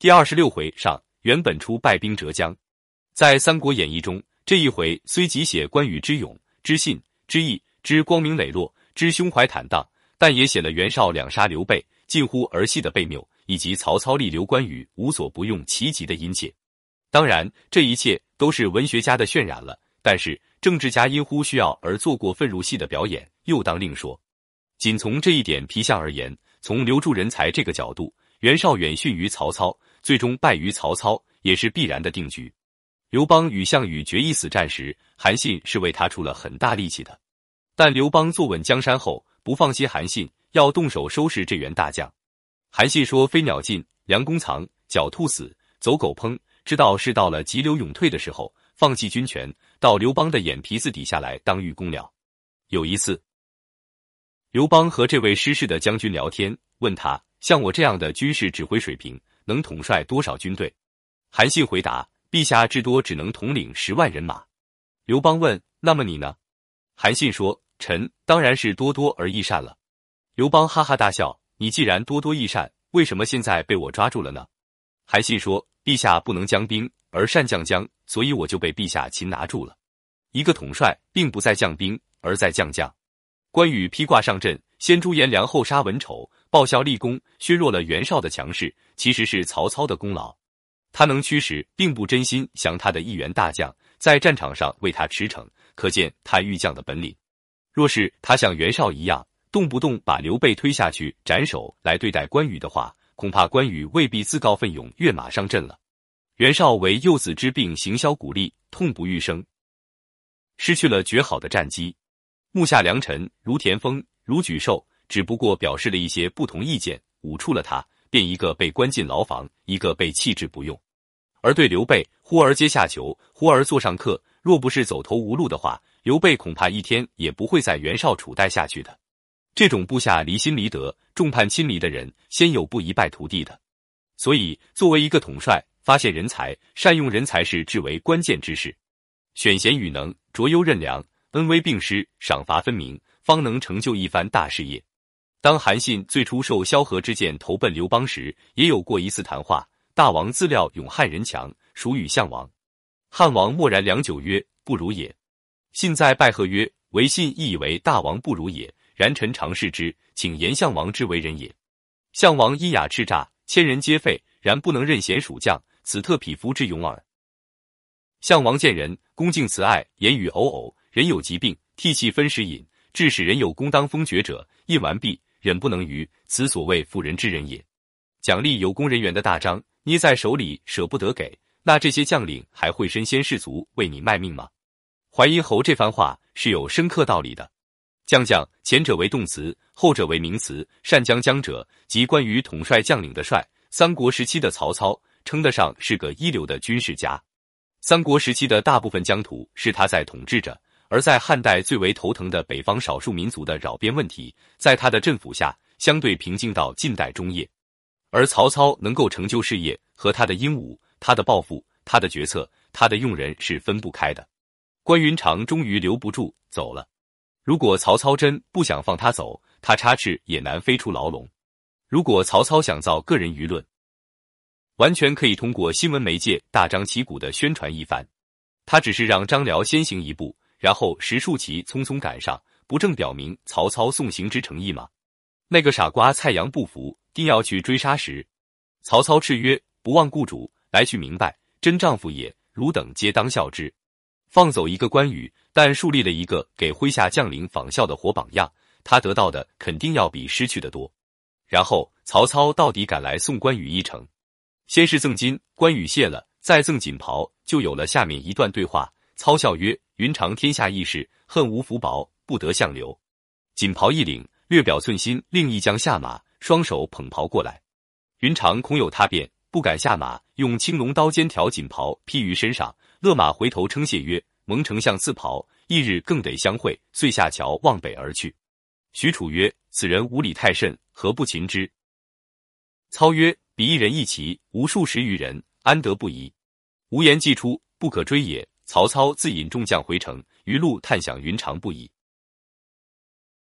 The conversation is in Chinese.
第26回上，袁本初败兵浙江。在《三国演义》中，这一回虽极写关羽之勇、之信、之义、之光明磊落、之胸怀坦荡，但也写了袁绍两杀刘备近乎儿戏的悖谬，以及曹操力留关羽无所不用其极的殷切。当然，这一切都是文学家的渲染了，但是政治家因乎需要而做过愤入戏的表演，又当另说。仅从这一点皮相而言，从留住人才这个角度，袁绍远逊于曹操，最终败于曹操，也是必然的定局。刘邦与项羽决一死战时，韩信是为他出了很大力气的，但刘邦坐稳江山后，不放心韩信，要动手收拾这员大将。韩信说：“飞鸟尽，良弓藏；狡兔死，走狗烹。”知道是到了急流勇退的时候，放弃军权，到刘邦的眼皮子底下来当御公了。有一次，刘邦和这位失势的将军聊天，问他：“像我这样的军事指挥水平，能统帅多少军队？”韩信回答：“陛下至多只能统领10万人马。”刘邦问：“那么你呢？”韩信说：“臣当然是多多而益善了。”刘邦哈哈大笑：“你既然多多益善，为什么现在被我抓住了呢？”韩信说：“陛下不能将兵，而善将将，所以我就被陛下擒拿住了。一个统帅并不在将兵，而在将将。关羽披挂上阵，先诛颜良，后杀文丑，报效立功，削弱了袁绍的强势，其实是曹操的功劳。他能驱使，并不真心降他的一员大将，在战场上为他驰骋，可见他御将的本领。若是他像袁绍一样，动不动把刘备推下去斩首来对待关羽的话，恐怕关羽未必自告奋勇跃马上阵了。袁绍为幼子之病行销骨力，痛不欲生，失去了绝好的战机。目下良臣如田丰、如沮授，只不过表示了一些不同意见，忤触了他，便一个被关进牢房，一个被弃之不用。而对刘备，忽而阶下囚，忽而座上客，若不是走投无路的话，刘备恐怕一天也不会在袁绍处待下去的。这种部下离心离德、众叛亲离的人，先有不一败涂地的。所以，作为一个统帅，发现人才、善用人才是至为关键之事。选贤与能，卓优任良，恩威并施，赏罚分明，方能成就一番大事业。当韩信最初受萧何之荐投奔刘邦时，也有过一次谈话：“大王自料勇汉人强，孰与项王？”汉王默然良久，曰：“不如也。”信在拜贺曰：“唯信亦以为大王不如也。然臣常视之，请言项王之为人也。项王阴雅叱咤，千人皆废，然不能任贤属将，此特匹夫之勇耳。项王见人，恭敬慈爱，言语偶偶，人有疾病，涕泣分食饮，致使人有功当封爵者，印完毕，忍不能逾，此所谓妇人之仁也。奖励有功人员的大章，捏在手里舍不得给，那这些将领还会身先士卒为你卖命吗？”淮阴侯这番话是有深刻道理的。将将，前者为动词，后者为名词。善将将者，即关于统帅将领的帅。三国时期的曹操，称得上是个一流的军事家。三国时期的大部分疆土是他在统治着，而在汉代最为头疼的北方少数民族的扰边问题，在他的镇抚下，相对平静到近代中叶。而曹操能够成就事业，和他的英武、他的抱负、他的决策、他的用人是分不开的。关云长终于留不住，走了。如果曹操真不想放他走，他插翅也难飞出牢笼。如果曹操想造个人舆论，完全可以通过新闻媒介大张旗鼓地宣传一番。他只是让张辽先行一步，然后石树奇匆匆赶上，不正表明曹操送行之诚意吗？那个傻瓜蔡阳不服，定要去追杀时，曹操叱曰：“不忘雇主，来去明白，真丈夫也，汝等皆当效之。”放走一个关羽，但树立了一个给麾下将领仿效的活榜样，他得到的肯定要比失去的多。然后曹操到底赶来送关羽一程，先是赠金，关羽谢了，再赠锦袍，就有了下面一段对话。操笑曰：“云长天下义士，恨无福薄，不得相留。”锦袍一领，略表寸心，另一将下马，双手捧袍过来。云长恐有他变，不敢下马，用青龙刀尖挑锦袍披于身上。勒马回头称谢曰：“蒙丞相赐袍，翌日更得相会。”遂下桥往北而去。许褚曰：“此人无礼太甚，何不擒之？”操曰：“彼一人一骑，无数十余人，安得不疑？无言既出，不可追也。”曹操自引众将回城，余路探响云长不已。